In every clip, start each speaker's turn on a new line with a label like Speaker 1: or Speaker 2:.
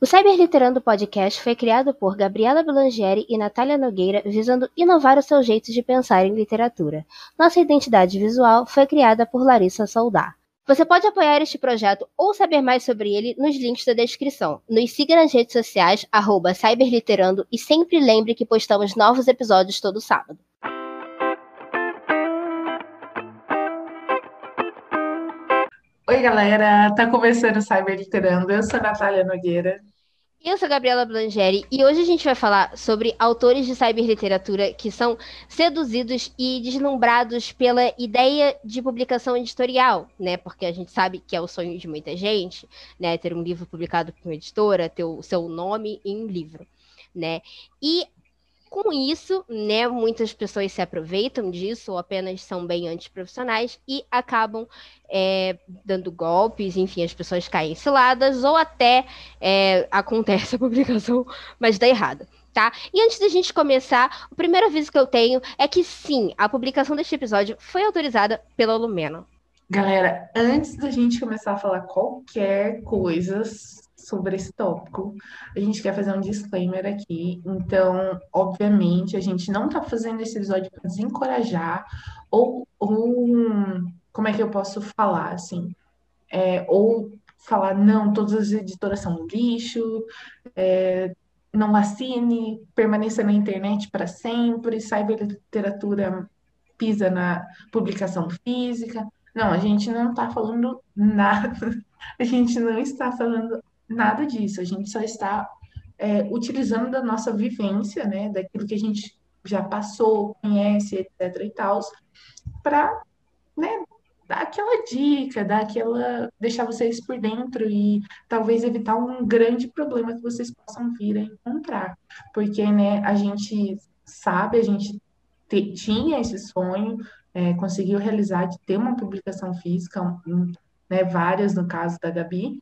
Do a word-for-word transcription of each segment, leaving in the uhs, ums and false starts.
Speaker 1: O Cyberliterando Podcast foi criado por Gabriela Belangieri e Natália Nogueira, visando inovar o seu jeito de pensar em literatura. Nossa identidade visual foi criada por Larissa Soldar. Você pode apoiar este projeto ou saber mais sobre ele nos links da descrição. Nos siga nas redes sociais, arroba Cyberliterando, e sempre lembre que postamos novos episódios todo sábado.
Speaker 2: Oi, galera! Tá começando o Cyberliterando. Eu sou a Natália Nogueira.
Speaker 1: Eu sou a Gabriela Blangeri e hoje a gente vai falar sobre autores de cyberliteratura que são seduzidos e deslumbrados pela ideia de publicação editorial, né? Porque a gente sabe que é o sonho de muita gente, né? Ter um livro publicado por uma editora, ter o seu nome em um livro, né? E com isso, né, muitas pessoas se aproveitam disso ou apenas são bem antiprofissionais e acabam é, dando golpes, enfim, as pessoas caem ciladas ou até é, acontece a publicação, mas dá errado. Tá? E antes da gente começar, o primeiro aviso que eu tenho é que sim, a publicação deste episódio foi autorizada pela Lumena.
Speaker 2: Galera, antes da gente começar a falar qualquer coisa sobre esse tópico, a gente quer fazer um disclaimer aqui. Então, obviamente, a gente não tá fazendo esse episódio para desencorajar ou, ou como é que eu posso falar assim? É, ou falar, não, todas as editoras são lixo, é, não assine, permaneça na internet para sempre, cyberliteratura pisa na publicação física. Não, a gente não está falando nada, a gente não está falando nada disso, a gente só está é, utilizando da nossa vivência, né, daquilo que a gente já passou, conhece, etc e tal, para, né, dar aquela dica, dar aquela, deixar vocês por dentro e talvez evitar um grande problema que vocês possam vir a encontrar, porque, né, a gente sabe, a gente te- tinha esse sonho, é, conseguiu realizar de ter uma publicação física, um, né, várias no caso da Gabi,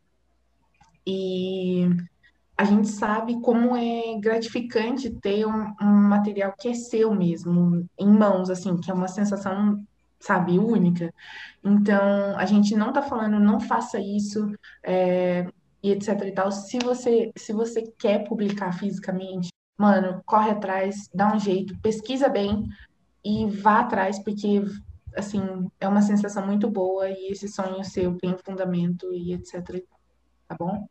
Speaker 2: e a gente sabe como é gratificante ter um, um material que é seu mesmo, em mãos, assim, que é uma sensação, sabe, única. Então, a gente não tá falando, não faça isso, é, e etc e tal. Se você, se você quer publicar fisicamente, mano, corre atrás, dá um jeito, pesquisa bem e vá atrás, porque, assim, é uma sensação muito boa e esse sonho seu tem fundamento e etc e tal, tá bom?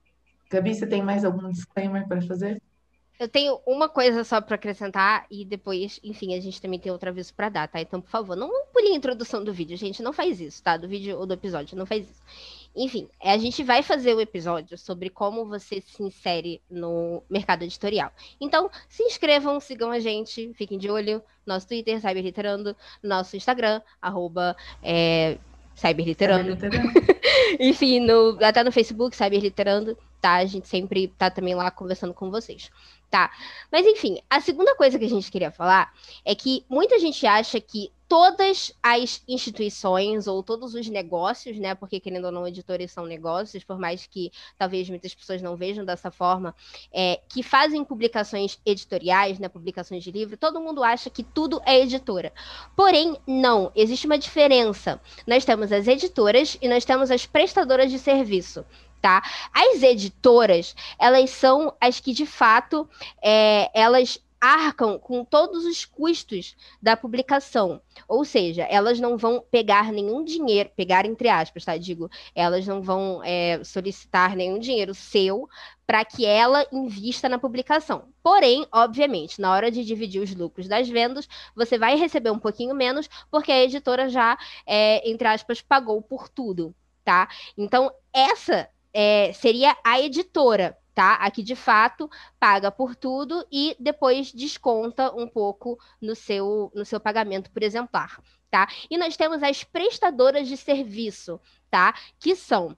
Speaker 2: Gabi, você tem mais algum disclaimer para fazer?
Speaker 1: Eu tenho uma coisa só para acrescentar e depois, enfim, a gente também tem outro aviso para dar, tá? Então, por favor, não pule a introdução do vídeo, gente, não faz isso, tá? Do vídeo ou do episódio, não faz isso. Enfim, a gente vai fazer o episódio sobre como você se insere no mercado editorial. Então, se inscrevam, sigam a gente, fiquem de olho, nosso Twitter, Cyberliterando, nosso Instagram, arroba, é, Cyberliterando.
Speaker 2: Cyberliterando.
Speaker 1: Enfim, no, até no Facebook, Cyberliterando, tá? A gente sempre tá também lá conversando com vocês, tá? Mas enfim, a segunda coisa que a gente queria falar é que muita gente acha que todas as instituições ou todos os negócios, né? Porque querendo ou não, editores são negócios, por mais que talvez muitas pessoas não vejam dessa forma, é, que fazem publicações editoriais, né? Publicações de livro, todo mundo acha que tudo é editora. Porém, não, existe uma diferença. Nós temos as editoras e nós temos as prestadoras de serviço. Tá? As editoras, elas são as que de fato é, elas arcam com todos os custos da publicação, ou seja, elas não vão pegar nenhum dinheiro, pegar entre aspas, tá? Digo, elas não vão é, solicitar nenhum dinheiro seu para que ela invista na publicação. Porém, obviamente, na hora de dividir os lucros das vendas, você vai receber um pouquinho menos, porque a editora já, é, entre aspas, pagou por tudo, tá? Então, essa é, seria a editora, tá? A que de fato paga por tudo e depois desconta um pouco no seu, no seu pagamento por exemplar, tá? E nós temos as prestadoras de serviço, tá? Que são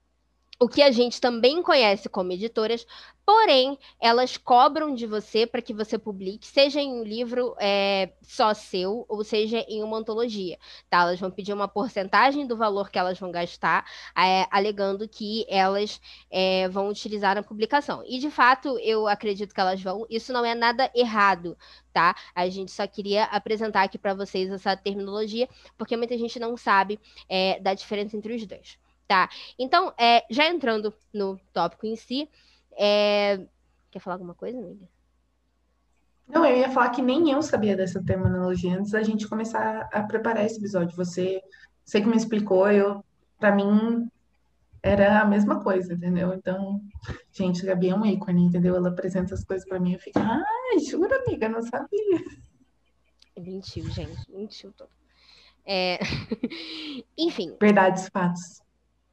Speaker 1: o que a gente também conhece como editoras, porém, elas cobram de você para que você publique, seja em um livro é, só seu, ou seja em uma antologia, tá? Elas vão pedir uma porcentagem do valor que elas vão gastar, é, alegando que elas é, vão utilizar na publicação. E, de fato, eu acredito que elas vão. Isso não é nada errado, tá? A gente só queria apresentar aqui para vocês essa terminologia, porque muita gente não sabe é, da diferença entre os dois. Tá, então, é, já entrando no tópico em si, É... Quer falar alguma coisa, amiga?
Speaker 2: Não, eu ia falar que nem eu sabia dessa terminologia antes da gente começar a preparar esse episódio. Você, você que me explicou, eu, para mim, era a mesma coisa, entendeu? Então, gente, a Gabi é um ícone, entendeu? Ela apresenta as coisas pra mim e fica, ai, jura, amiga, não sabia.
Speaker 1: Mentiu, gente. Mentiu todo. É... Enfim,
Speaker 2: Verdades, fatos.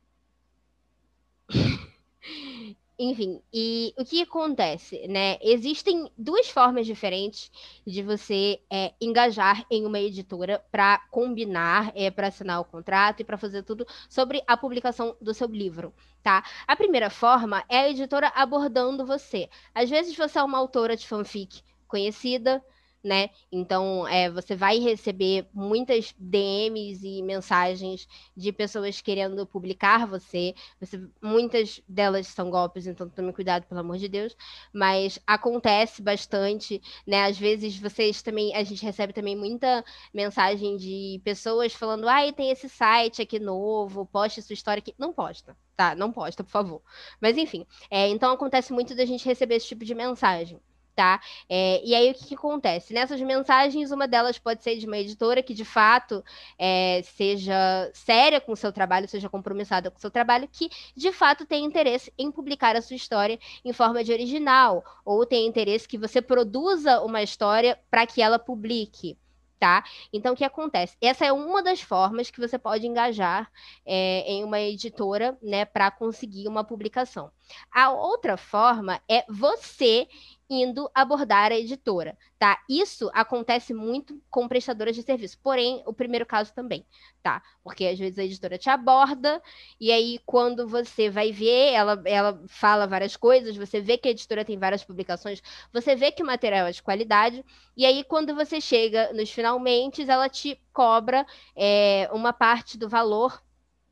Speaker 1: Enfim, e o que acontece, né? Existem duas formas diferentes de você é, engajar em uma editora para combinar, é, para assinar o contrato e para fazer tudo sobre a publicação do seu livro, tá? A primeira forma é a editora abordando você. Às vezes você é uma autora de fanfic conhecida, né? Então, é, você vai receber muitas D Ms e mensagens de pessoas querendo publicar você. Você, muitas delas são golpes, então tome cuidado, pelo amor de Deus. Mas acontece bastante, né? Às vezes vocês também, a gente recebe também muita mensagem de pessoas falando, ai, tem esse site aqui novo, poste sua história aqui. Não posta, tá? Não posta, por favor. Mas enfim, é, então acontece muito da gente receber esse tipo de mensagem. Tá? É, e aí o que, que acontece? Nessas mensagens, uma delas pode ser de uma editora que de fato é, seja séria com o seu trabalho, seja compromissada com o seu trabalho, que de fato tem interesse em publicar a sua história em forma de original, ou tem interesse que você produza uma história para que ela publique. Tá? Então, o que acontece? Essa é uma das formas que você pode engajar é, em uma editora, né, para conseguir uma publicação. A outra forma é você indo abordar a editora, tá? Isso acontece muito com prestadoras de serviço, porém, o primeiro caso também, tá? Porque às vezes a editora te aborda, e aí quando você vai ver, ela, ela fala várias coisas, você vê que a editora tem várias publicações, você vê que o material é de qualidade, e aí quando você chega nos finalmente, ela te cobra é, uma parte do valor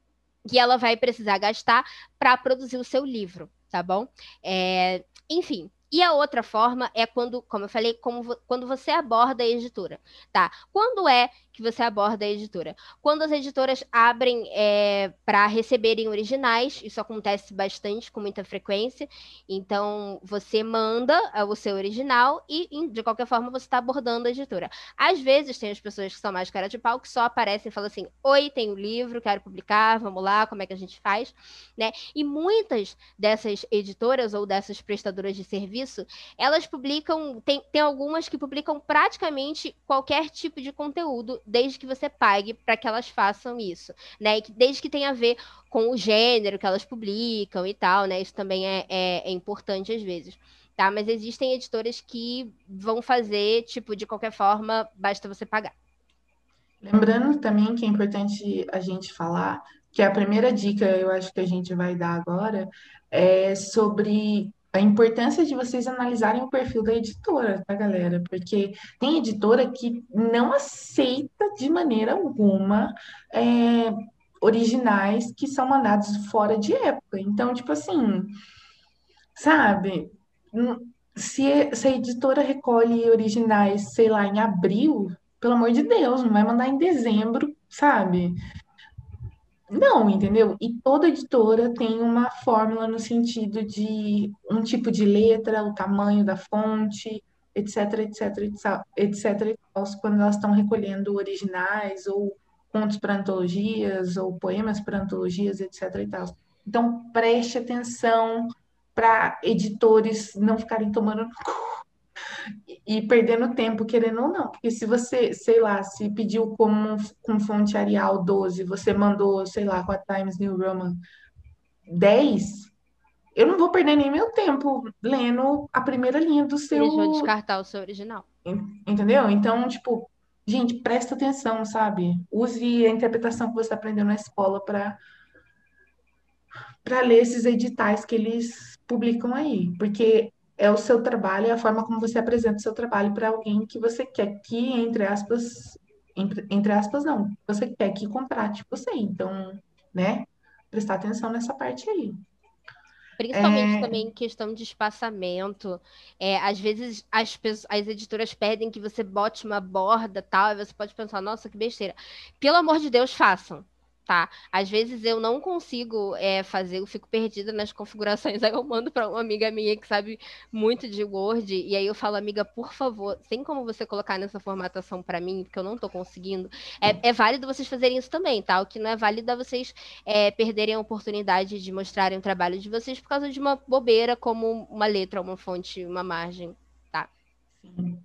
Speaker 1: que ela vai precisar gastar para produzir o seu livro, tá bom? É, enfim. E a outra forma é quando, como eu falei, como, quando você aborda a editora, tá? Quando é que você aborda a editora? Quando as editoras abrem é, para receberem originais, isso acontece bastante, com muita frequência. Então, você manda o seu original e, de qualquer forma, você está abordando a editora. Às vezes, tem as pessoas que são mais cara de pau, que só aparecem e falam assim, oi, tenho um livro, quero publicar, vamos lá, como é que a gente faz? Né? E muitas dessas editoras ou dessas prestadoras de serviço, elas publicam, tem, tem algumas que publicam praticamente qualquer tipo de conteúdo, desde que você pague para que elas façam isso, né? E que, desde que tenha a ver com o gênero que elas publicam e tal, né? Isso também é, é, é importante às vezes. Tá? Mas existem editoras que vão fazer, tipo, de qualquer forma, basta você pagar.
Speaker 2: Lembrando também que é importante a gente falar que a primeira dica, eu acho que a gente vai dar agora, é sobre a importância de vocês analisarem o perfil da editora, tá, galera? Porque tem editora que não aceita de maneira alguma é, originais que são mandados fora de época. Então, tipo assim, sabe? Hum, Se, se a editora recolhe originais, sei lá, em abril, pelo amor de Deus, não vai mandar em dezembro, sabe? Não, entendeu? E toda editora tem uma fórmula no sentido de um tipo de letra, o tamanho da fonte, etc, etc, etc, etc, e tal, quando elas estão recolhendo originais ou contos para antologias ou poemas para antologias, etc e tal. Então, preste atenção para editores não ficarem tomando e perdendo tempo, querendo ou não. Porque se você, sei lá, se pediu como com fonte Arial doze, você mandou, sei lá, com a Times New Roman dez, eu não vou perder nem meu tempo lendo a primeira linha do
Speaker 1: Eles vão
Speaker 2: seu.
Speaker 1: descartar o seu original.
Speaker 2: Entendeu? Então, tipo, gente, presta atenção, sabe? Use a interpretação que você aprendeu na escola para para ler esses editais que eles publicam aí, porque é o seu trabalho, é a forma como você apresenta o seu trabalho para alguém que você quer que, entre aspas, entre, entre aspas, não, você quer que contrate você. Então, né, prestar atenção nessa parte aí.
Speaker 1: Principalmente
Speaker 2: É,
Speaker 1: também em questão de espaçamento. É, às vezes as, pessoas- as editoras pedem que você bote uma borda tal, e você pode pensar, nossa, que besteira. Pelo amor de Deus, façam. tá? Às vezes eu não consigo é, fazer, eu fico perdida nas configurações, aí eu mando para uma amiga minha que sabe muito de Word, e aí eu falo, amiga, por favor, tem como você colocar nessa formatação para mim, porque eu não tô conseguindo? É, é válido vocês fazerem isso também, tá? O que não é válido é vocês é, perderem a oportunidade de mostrarem o trabalho de vocês por causa de uma bobeira, como uma letra, uma fonte, uma margem, tá?
Speaker 2: Sim.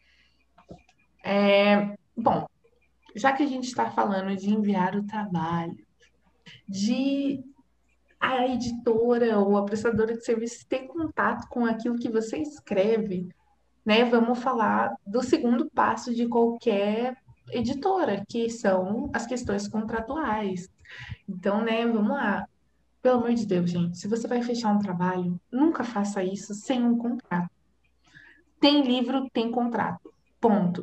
Speaker 2: É, bom, já que a gente está falando de enviar o trabalho, de a editora ou a prestadora de serviços ter contato com aquilo que você escreve, né? Vamos falar do segundo passo de qualquer editora, que são as questões contratuais. Então, né, vamos lá. Pelo amor de Deus, gente, se você vai fechar um trabalho, nunca faça isso sem um contrato. Tem livro, tem contrato. Ponto.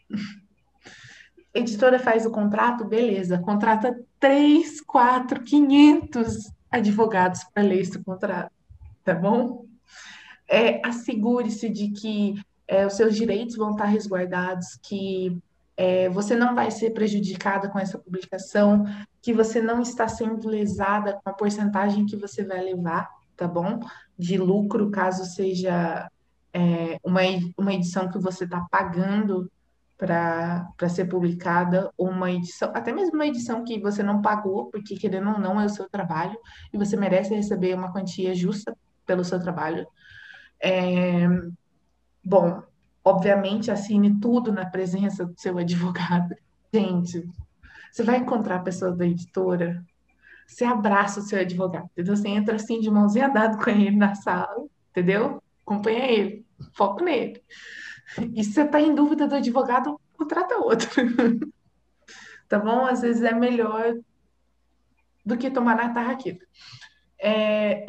Speaker 2: Editora faz o contrato, beleza. Contrata três, quatro, quinhentos advogados para ler esse contrato, tá bom? É, assegure-se de que é, os seus direitos vão estar resguardados, que é, você não vai ser prejudicada com essa publicação, que você não está sendo lesada com a porcentagem que você vai levar, tá bom? De lucro, caso seja é, uma, uma edição que você está pagando para para ser publicada, ou uma edição, até mesmo uma edição que você não pagou, porque querendo ou não é o seu trabalho, e você merece receber uma quantia justa pelo seu trabalho. É, bom, obviamente assine tudo na presença do seu advogado. Gente, você vai encontrar a pessoa da editora, você abraça o seu advogado, entendeu? Você entra assim de mãozinha dada com ele na sala, entendeu? Acompanha ele, foco nele. E se você está em dúvida do advogado, contrata outro, tá bom? Às vezes é melhor do que tomar na tarraqueta. É,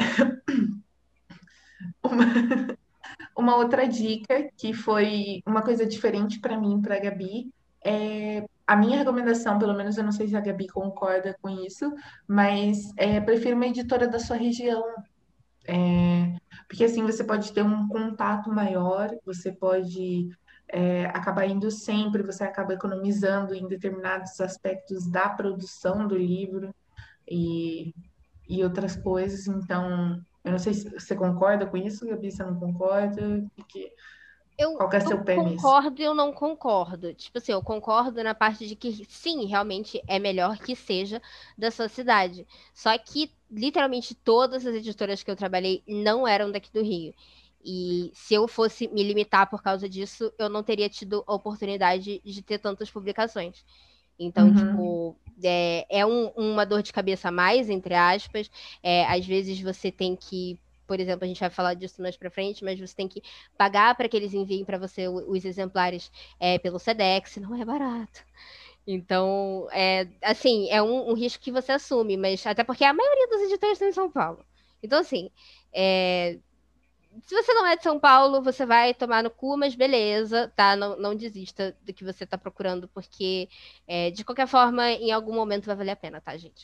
Speaker 2: uma, uma outra dica que foi uma coisa diferente para mim, para a Gabi, é a minha recomendação, pelo menos eu não sei se a Gabi concorda com isso, mas é, prefiro uma editora da sua região. É, porque assim você pode ter um contato maior, você pode é, acabar indo sempre, você acaba economizando em determinados aspectos da produção do livro e, e outras coisas. Então, eu não sei se você concorda com isso, Gabi, você não concorda? Porque,
Speaker 1: Eu,
Speaker 2: qual que é
Speaker 1: eu
Speaker 2: seu pé nisso?
Speaker 1: concordo e eu não concordo. Tipo assim, eu concordo na parte de que sim, realmente é melhor que seja da sua cidade. Só que literalmente todas as editoras que eu trabalhei não eram daqui do Rio. E se eu fosse me limitar por causa disso, eu não teria tido a oportunidade de ter tantas publicações. Então,
Speaker 2: Uhum.
Speaker 1: tipo, é, é um- uma dor de cabeça a mais, entre aspas. É, às vezes você tem que, por exemplo, a gente vai falar disso mais pra frente, mas você tem que pagar para que eles enviem para você o- os exemplares é, pelo Sedex, não é barato. Então, é, assim, é um, um risco que você assume, mas até porque a maioria dos editores estão em São Paulo. Então, assim, é, se você não é de São Paulo, você vai tomar no cu, mas beleza, tá? Não, não desista do que você tá procurando, porque é, de qualquer forma, em algum momento vai valer a pena, tá, gente?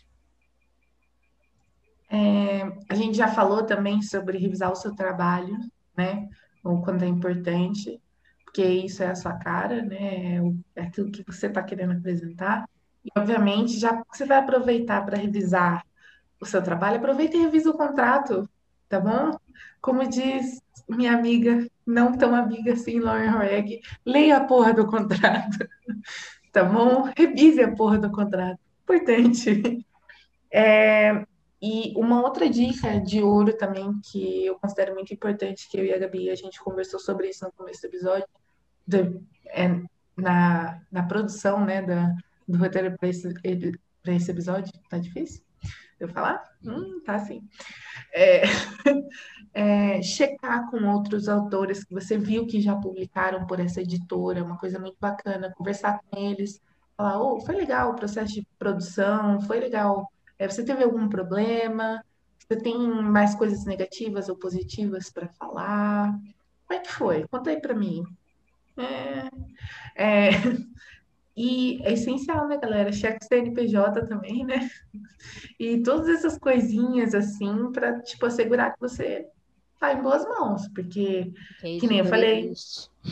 Speaker 2: É, a gente já falou também sobre revisar o seu trabalho, né? O quanto é importante, porque isso é a sua cara, né? É o- é aquilo que você está querendo apresentar. E, obviamente, já que você vai aproveitar para revisar o seu trabalho, aproveita e revisa o contrato, tá bom? Como diz minha amiga, não tão amiga assim, Lauren Horeg, leia a porra do contrato, tá bom? Revise a porra do contrato. Importante. E uma outra dica de ouro também que eu considero muito importante, que eu e a Gabi, a gente conversou sobre isso no começo do episódio, de- é, na, na produção, né, da, do roteiro para esse, para esse episódio. Tá difícil? Eu falar? Hum, tá sim. É, é, checar com outros autores que você viu que já publicaram por essa editora, uma coisa muito bacana, conversar com eles, falar, oh, foi legal o processo de produção, foi legal. É, você teve algum problema? Você tem mais coisas negativas ou positivas para falar? Como é que foi? Conta aí para mim. É, é, e é essencial, né, galera? Cheque C N P J também, né? E todas essas coisinhas assim para tipo assegurar que você tá em boas mãos, porque
Speaker 1: Que a
Speaker 2: que nem eu
Speaker 1: editora
Speaker 2: falei,
Speaker 1: existe.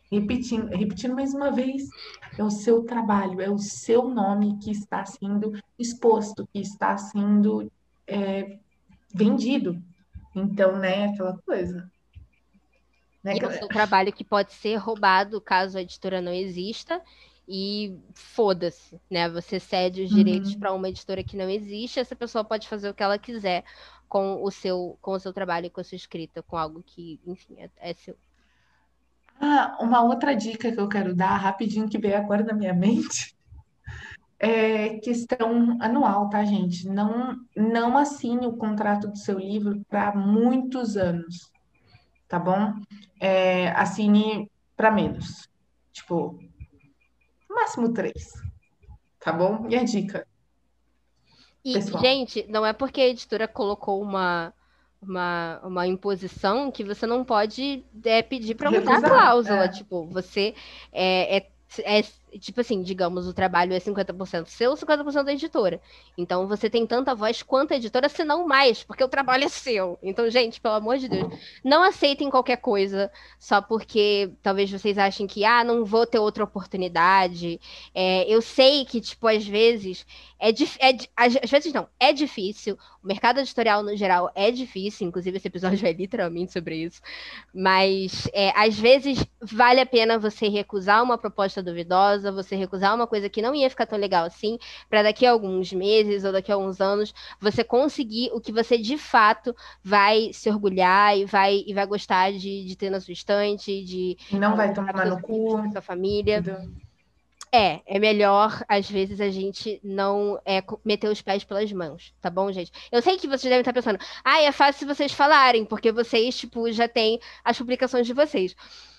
Speaker 2: repetindo, repetindo mais uma vez, é o seu trabalho, é o seu nome que está sendo exposto, que está sendo é, vendido. Então, né, aquela coisa, né,
Speaker 1: E é o
Speaker 2: aquela-
Speaker 1: seu trabalho que pode ser roubado caso a editora não exista. E foda-se, né? Você cede os direitos
Speaker 2: Uhum.
Speaker 1: para uma editora que não existe, essa pessoa pode fazer o que ela quiser com o seu, com o seu trabalho e com a sua escrita, com algo que, enfim, é, é seu.
Speaker 2: Ah, uma outra dica que eu quero dar, rapidinho, que veio agora na minha mente, é questão anual, tá, gente? Não, não assine o contrato do seu livro para muitos anos, tá bom? É, assine para menos. Tipo, máximo três, tá bom? E a dica,
Speaker 1: E,
Speaker 2: pessoal?
Speaker 1: gente, não é porque a editora colocou uma, uma, uma imposição que você não pode é, pedir para mudar a
Speaker 2: Recusar.
Speaker 1: cláusula.
Speaker 2: É.
Speaker 1: Tipo, você é, é, é, tipo assim, digamos, o trabalho é cinquenta por cento seu, cinquenta por cento da editora. Então você tem tanta voz quanto a editora, se não mais, porque o trabalho é seu. Então, gente, pelo amor de Deus, não aceitem qualquer coisa só porque talvez vocês achem que, ah, não vou ter outra oportunidade. É, eu sei que, tipo, às vezes é, é às, às vezes não, é difícil. O mercado editorial, no geral, é difícil. Inclusive, esse episódio é literalmente sobre isso. Mas, é, às vezes, vale a pena você recusar uma proposta duvidosa, você recusar uma coisa que não ia ficar tão legal assim, para daqui a alguns meses ou daqui a alguns anos você conseguir o que você de fato vai se orgulhar e vai, e vai gostar de, de ter na sua estante, de
Speaker 2: E não
Speaker 1: é,
Speaker 2: vai
Speaker 1: mostrar para
Speaker 2: tomar
Speaker 1: seus
Speaker 2: no
Speaker 1: amigos,
Speaker 2: cu,
Speaker 1: para sua família.
Speaker 2: entendeu?
Speaker 1: É, é melhor, às vezes, a gente não é, meter os pés pelas mãos, tá bom, gente? Eu sei que vocês devem estar pensando, ah, é fácil vocês falarem, porque vocês, tipo, já têm as publicações de vocês.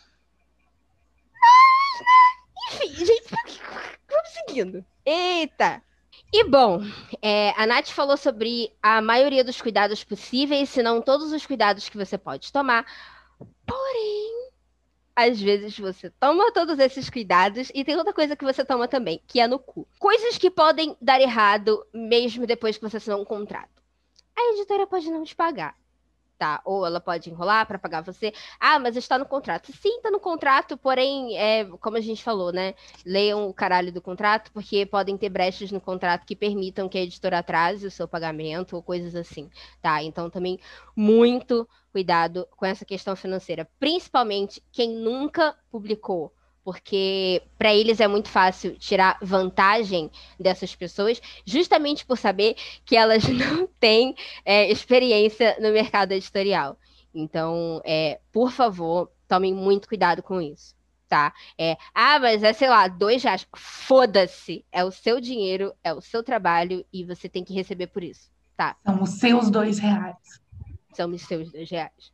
Speaker 1: Enfim, gente, vamos seguindo. Eita! E bom, é, a Nath falou sobre a maioria dos cuidados possíveis, se não todos os cuidados que você pode tomar. Porém, às vezes você toma todos esses cuidados e tem outra coisa que você toma também, que é no cu. Coisas que podem dar errado mesmo depois que você assinou um contrato. A editora pode não te pagar, tá? Ou ela pode enrolar para pagar você. Ah, mas está no contrato. Sim, está no contrato, porém, é, como a gente falou, né? Leiam o caralho do contrato, porque podem ter brechas no contrato que permitam que a editora atrase o seu pagamento ou coisas assim, tá? Então, também, muito cuidado com essa questão financeira, principalmente quem nunca publicou. Porque para eles é muito fácil tirar vantagem dessas pessoas, justamente por saber que elas não têm é, experiência no mercado editorial. Então, é, por favor, tomem muito cuidado com isso, tá? É, ah, mas é, sei lá, dois reais. Foda-se. É o seu dinheiro, é o seu trabalho e você tem que receber por isso, tá?
Speaker 2: São os seus dois reais.
Speaker 1: São os seus dois reais.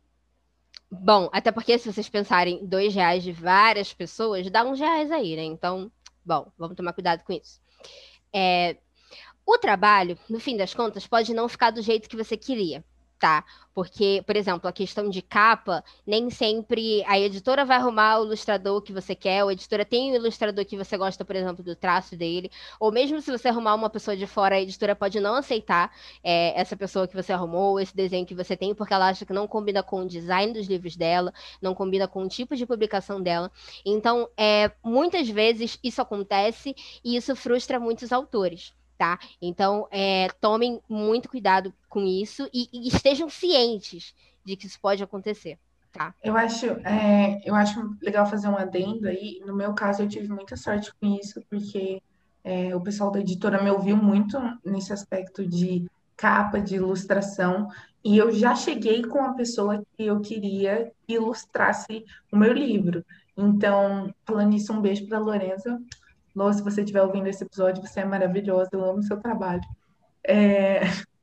Speaker 1: Bom, até porque se vocês pensarem dois reais de várias pessoas, dá uns reais aí, né? Então, bom, vamos tomar cuidado com isso. É, o trabalho, no fim das contas, pode não ficar do jeito que você queria, tá? Porque, por exemplo, a questão de capa, nem sempre a editora vai arrumar o ilustrador que você quer, ou a editora tem um ilustrador que você gosta, por exemplo, do traço dele, ou mesmo se você arrumar uma pessoa de fora, a editora pode não aceitar é, essa pessoa que você arrumou, esse desenho que você tem, porque ela acha que não combina com o design dos livros dela, não combina com o tipo de publicação dela. Então, é, muitas vezes isso acontece e isso frustra muitos autores. Tá? Então, é, tomem muito cuidado com isso e, e estejam cientes de que isso pode acontecer, tá?
Speaker 2: Eu acho, é, eu acho legal fazer um adendo aí. No meu caso, eu tive muita sorte com isso, porque é, o pessoal da editora me ouviu muito nesse aspecto de capa, de ilustração, e eu já cheguei com a pessoa que eu queria que ilustrasse o meu livro. Então, falando nisso, um beijo para Lorenza. Lô, se você estiver ouvindo esse episódio, você é maravilhosa, eu amo seu trabalho. É,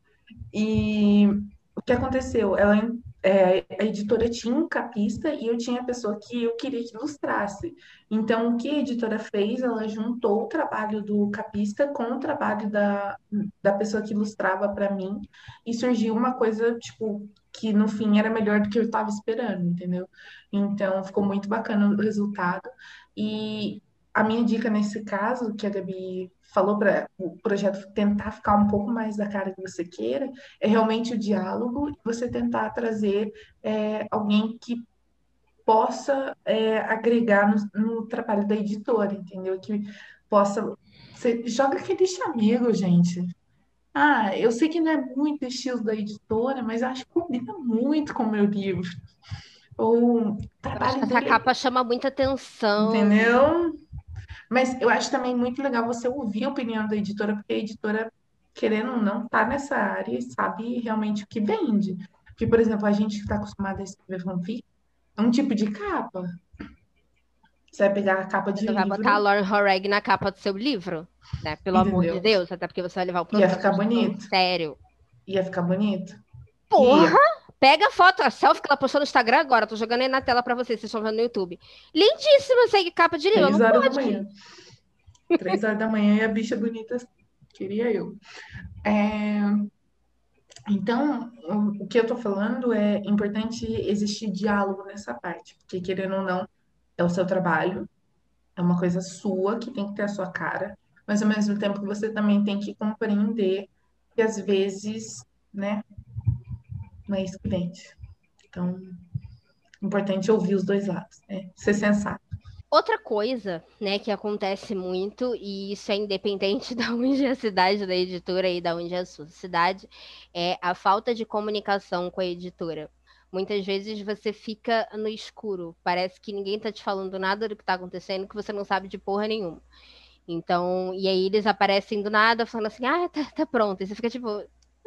Speaker 2: e o que aconteceu? Ela, é, a editora tinha um capista e eu tinha a pessoa que eu queria que ilustrasse. Então, o que a editora fez? Ela juntou o trabalho do capista com o trabalho da, da pessoa que ilustrava para mim e surgiu uma coisa, tipo, que no fim era melhor do que eu estava esperando, entendeu? Então, ficou muito bacana o resultado. E a minha dica nesse caso, que a Gabi falou para o projeto tentar ficar um pouco mais da cara que você queira, é realmente o diálogo e você tentar trazer é, alguém que possa é, agregar no, no trabalho da editora, entendeu? Que possa. Você joga aquele chamego, gente. Ah, eu sei que não é muito estilo da editora, mas acho que combina muito com o meu livro. Ou o
Speaker 1: Eu acho que
Speaker 2: trabalho
Speaker 1: essa
Speaker 2: dele,
Speaker 1: capa chama muita atenção.
Speaker 2: entendeu? Mas eu acho também muito legal você ouvir a opinião da editora, porque a editora, querendo ou não, tá nessa área e sabe realmente o que vende. Porque, por exemplo, a gente que está acostumado a escrever fanfic, é um tipo de capa. Você vai pegar a capa
Speaker 1: Você
Speaker 2: de
Speaker 1: não vai botar a
Speaker 2: livro,
Speaker 1: Lauren Horag na capa do seu livro, né? Pelo amor de
Speaker 2: entendeu?
Speaker 1: Deus, até porque você vai levar o
Speaker 2: Ia
Speaker 1: processo
Speaker 2: ficar
Speaker 1: de tão
Speaker 2: bonito.
Speaker 1: sério.
Speaker 2: Ia ficar bonito.
Speaker 1: Porra!
Speaker 2: Ia.
Speaker 1: Pega a foto, a selfie que ela postou no Instagram agora, tô jogando aí na tela pra vocês, vocês estão vendo no YouTube. Lindíssima essa capa de livro,
Speaker 2: Três
Speaker 1: não
Speaker 2: horas da
Speaker 1: pode,
Speaker 2: manhã.
Speaker 1: gente.
Speaker 2: Três horas da manhã e a bicha bonita assim. Queria eu. É, então, o, o que eu tô falando é importante existir diálogo nessa parte. Porque, querendo ou não, é o seu trabalho, é uma coisa sua que tem que ter a sua cara, mas ao mesmo tempo você também tem que compreender que às vezes, né, não é isso que vende. Então, é importante ouvir os dois lados, né? Ser sensato.
Speaker 1: Outra coisa, né, que acontece muito, e isso é independente da onde é a cidade da editora e da onde é a sua cidade, é a falta de comunicação com a editora. Muitas vezes você fica no escuro, parece que ninguém tá te falando nada do que tá acontecendo, que você não sabe de porra nenhuma. Então, e aí eles aparecem do nada falando assim, ah, tá, tá pronto. E você fica tipo,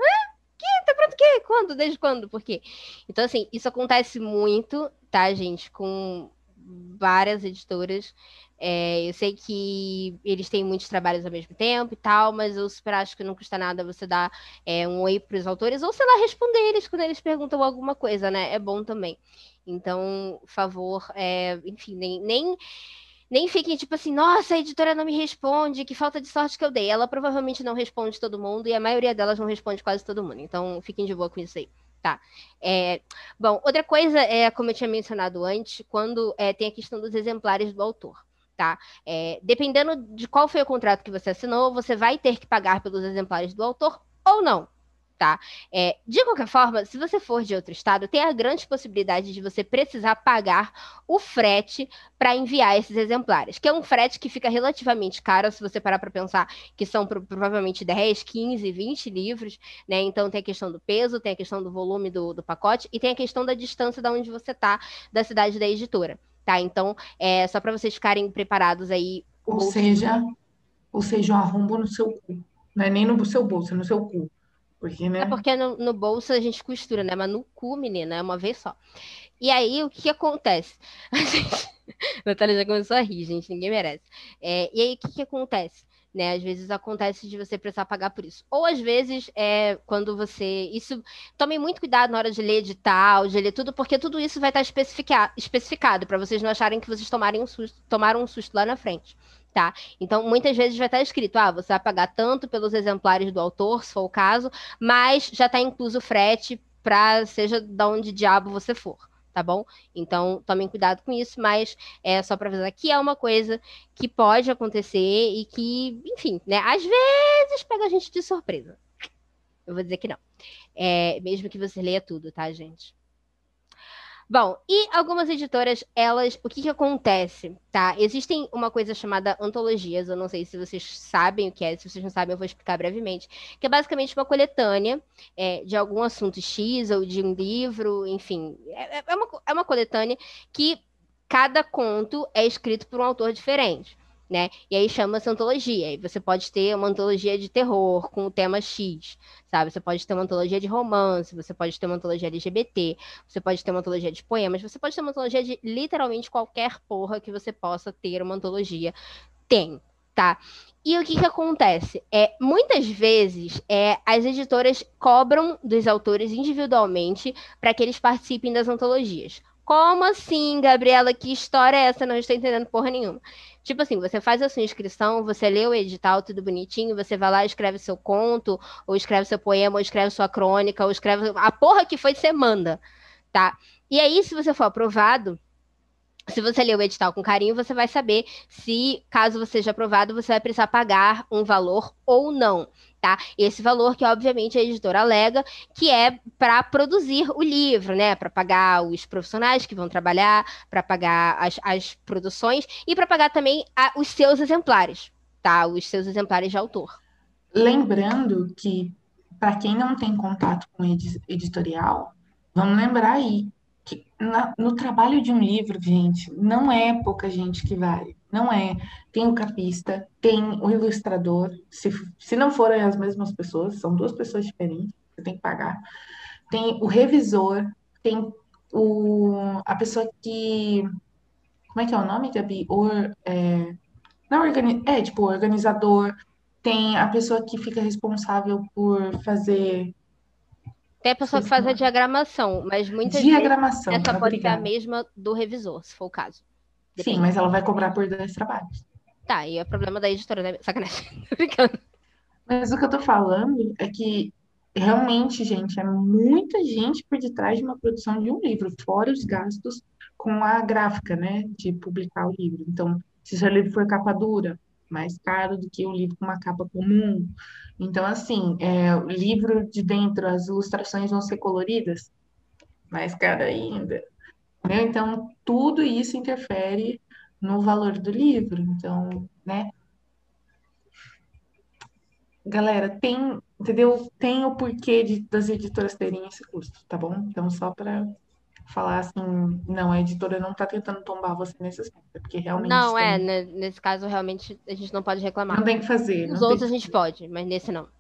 Speaker 1: tá pronto o quê? Quando? Desde quando? Por quê? Então, assim, isso acontece muito, tá, gente, com várias editoras. É, eu sei que eles têm muitos trabalhos ao mesmo tempo e tal, mas eu super acho que não custa nada você dar é, um oi para os autores, ou sei lá, responder eles quando eles perguntam alguma coisa, né? É bom também. Então, por favor, é, enfim, nem, nem nem fiquem tipo assim, nossa, a editora não me responde, que falta de sorte que eu dei. Ela provavelmente não responde todo mundo e a maioria delas não responde quase todo mundo. Então, fiquem de boa com isso aí. Tá. É, bom, outra coisa é, como eu tinha mencionado antes, quando é, tem a questão dos exemplares do autor. Tá? É, dependendo de qual foi o contrato que você assinou, você vai ter que pagar pelos exemplares do autor ou não. Tá? É, de qualquer forma, se você for de outro estado, tem a grande possibilidade de você precisar pagar o frete para enviar esses exemplares, que é um frete que fica relativamente caro, se você parar para pensar que são pro, provavelmente dez, quinze, vinte livros, né? Então tem a questão do peso, tem a questão do volume do, do pacote e tem a questão da distância da onde você está, da cidade da editora, tá? Então, é só para vocês ficarem preparados aí.
Speaker 2: Ou seja, ou seja, um arrombo no seu cu. Não é nem no seu bolso, é no seu cu. Porque,
Speaker 1: É
Speaker 2: né?
Speaker 1: porque no, no bolso a gente costura, né? Mas no cu, menina, é uma vez só. E aí, o que que acontece? A gente... Natália já começou a rir, gente, ninguém merece. É, e aí, o que que acontece? Né? Às vezes acontece de você precisar pagar por isso. Ou às vezes, é, quando você... Isso, tomem muito cuidado na hora de ler edital, de ler tudo, porque tudo isso vai estar especifica... especificado, para vocês não acharem que vocês tomarem um susto, tomaram um susto lá na frente. Tá? Então, muitas vezes vai estar escrito, ah, você vai pagar tanto pelos exemplares do autor, se for o caso, mas já está incluso o frete para seja de onde diabo você for, tá bom? Então, tomem cuidado com isso, mas é só para avisar que é uma coisa que pode acontecer e que, enfim, né, às vezes pega a gente de surpresa. Eu vou dizer que não. É, mesmo que você leia tudo, tá, gente? Bom, e algumas editoras, elas, o que que acontece, tá? Existem uma coisa chamada antologias, eu não sei se vocês sabem o que é, se vocês não sabem eu vou explicar brevemente, que é basicamente uma coletânea é, de algum assunto X ou de um livro, enfim, é, é, uma, é uma coletânea que cada conto é escrito por um autor diferente. Né? E aí chama-se antologia. E você pode ter uma antologia de terror com o tema X, sabe? Você pode ter uma antologia de romance, você pode ter uma antologia L G B T, você pode ter uma antologia de poemas, você pode ter uma antologia de literalmente qualquer porra que você possa ter uma antologia. Tem, tá? E o que que acontece? É, muitas vezes é, as editoras cobram dos autores individualmente para que eles participem das antologias. Como assim, Gabriela? Que história é essa? Não estou entendendo porra nenhuma. Tipo assim, você faz a sua inscrição, você lê o edital, tudo bonitinho, você vai lá, escreve seu conto, ou escreve seu poema, ou escreve sua crônica, ou escreve a porra que foi, você manda, tá? E aí, se você for aprovado, Se você ler o edital com carinho, você vai saber se, caso você seja aprovado, você vai precisar pagar um valor ou não, tá? Esse valor que, obviamente, a editora alega que é para produzir o livro, né? Para pagar os profissionais que vão trabalhar, para pagar as, as produções e para pagar também a, os seus exemplares, tá? Os seus exemplares de autor.
Speaker 2: Lembrando que, para quem não tem contato com edi- editorial, vamos lembrar aí que na- no trabalho de um livro, gente, não é pouca gente que vai. Não é. Tem o capista, tem o ilustrador. Se, se não forem as mesmas pessoas, são duas pessoas diferentes, você tem que pagar. Tem o revisor, tem o, a pessoa que. Como é que é o nome, Gabi? Or, é, não organi, é, tipo, organizador. Tem a pessoa que fica responsável por fazer.
Speaker 1: Tem a pessoa que
Speaker 2: Esqueci o
Speaker 1: faz a
Speaker 2: nome.
Speaker 1: diagramação, mas muitas vezes
Speaker 2: Diagramação,
Speaker 1: essa pode ser a
Speaker 2: obrigada.
Speaker 1: mesma do revisor, se for o caso.
Speaker 2: Sim,
Speaker 1: Depende.
Speaker 2: mas ela vai cobrar por dois trabalhos.
Speaker 1: Tá, e é problema da editora, né? Sacanagem. Tô brincando.
Speaker 2: Mas o que eu tô falando é que realmente, gente, é muita gente por detrás de uma produção de um livro, fora os gastos com a gráfica, né, de publicar o livro. Então, se seu livro for capa dura, mais caro do que o livro com uma capa comum. Então, assim, é, o livro de dentro, as ilustrações vão ser coloridas, mais caro ainda. Entendeu? Então, tudo isso interfere no valor do livro. Então, né? Galera, tem, entendeu? Tem o porquê de, das editoras terem esse custo, tá bom? Então, só para falar assim, não, a editora não tá tentando tombar você nesse aspecto, é porque realmente
Speaker 1: Não, é,
Speaker 2: tem,
Speaker 1: né, nesse caso realmente a gente não pode
Speaker 2: não
Speaker 1: reclamar.
Speaker 2: tem o que fazer,
Speaker 1: Nos
Speaker 2: não tem o
Speaker 1: outros a
Speaker 2: que
Speaker 1: gente
Speaker 2: fazer.
Speaker 1: pode, mas nesse não.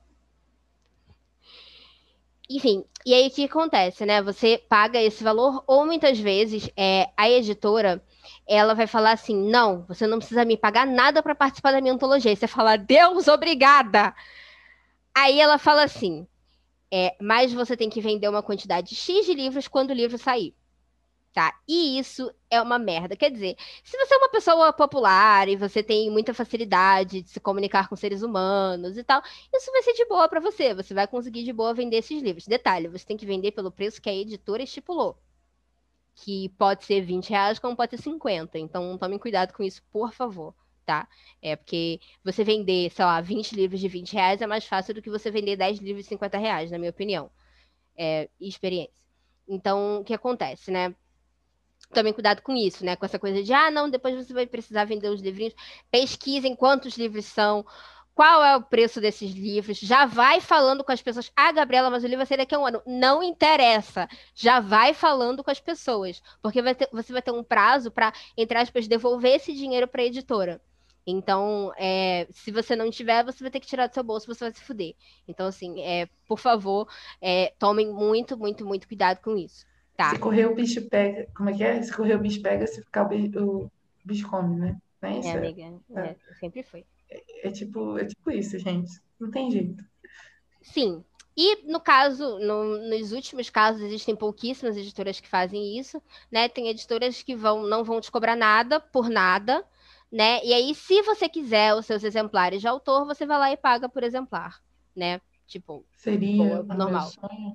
Speaker 1: Enfim, e aí o que acontece, né? Você paga esse valor, ou muitas vezes é, a editora ela vai falar assim: não, você não precisa me pagar nada para participar da minha antologia. E você fala, Deus, obrigada! Aí ela fala assim: é, mas você tem que vender uma quantidade X de livros quando o livro sair. Tá? E isso é uma merda. Quer dizer, se você é uma pessoa popular e você tem muita facilidade de se comunicar com seres humanos e tal, isso vai ser de boa para você. Você vai conseguir de boa vender esses livros. Detalhe, você tem que vender pelo preço que a editora estipulou, que pode ser vinte reais, como pode ser cinquenta. Então, tome cuidado com isso, por favor. Tá? É porque você vender, sei lá, vinte livros de vinte reais é mais fácil do que você vender dez livros de cinquenta reais, na minha opinião. É, experiência. Então, o que acontece, né? Tomem cuidado com isso, né? Com essa coisa de, ah, não, depois você vai precisar vender os livrinhos. Pesquisem quantos livros são, qual é o preço desses livros. Já vai falando com as pessoas. Ah, Gabriela, mas o livro vai sair daqui a um ano. Não interessa. Já vai falando com as pessoas. Porque vai ter, você vai ter um prazo para, entre aspas, devolver esse dinheiro para a editora. Então, é, se você não tiver, você vai ter que tirar do seu bolso, você vai se fuder. Então, assim, é, por favor, é, tomem muito, muito, muito cuidado com isso.
Speaker 2: Se
Speaker 1: Tá?
Speaker 2: correr o bicho pega, como é que é? Se correr o bicho pega, se ficar o bicho, o bicho come, né? Não é
Speaker 1: É,
Speaker 2: isso? É,
Speaker 1: amiga,
Speaker 2: é,
Speaker 1: é, sempre foi.
Speaker 2: é tipo, é tipo isso, gente. Não tem jeito.
Speaker 1: Sim. E no caso, no- nos últimos casos, existem pouquíssimas editoras que fazem isso, né? Tem editoras que vão, não vão te cobrar nada por nada, né? E aí, se você quiser os seus exemplares de autor, você vai lá e paga por exemplar, né? Tipo, de
Speaker 2: Seria
Speaker 1: boa,
Speaker 2: o meu
Speaker 1: normal.
Speaker 2: sonho?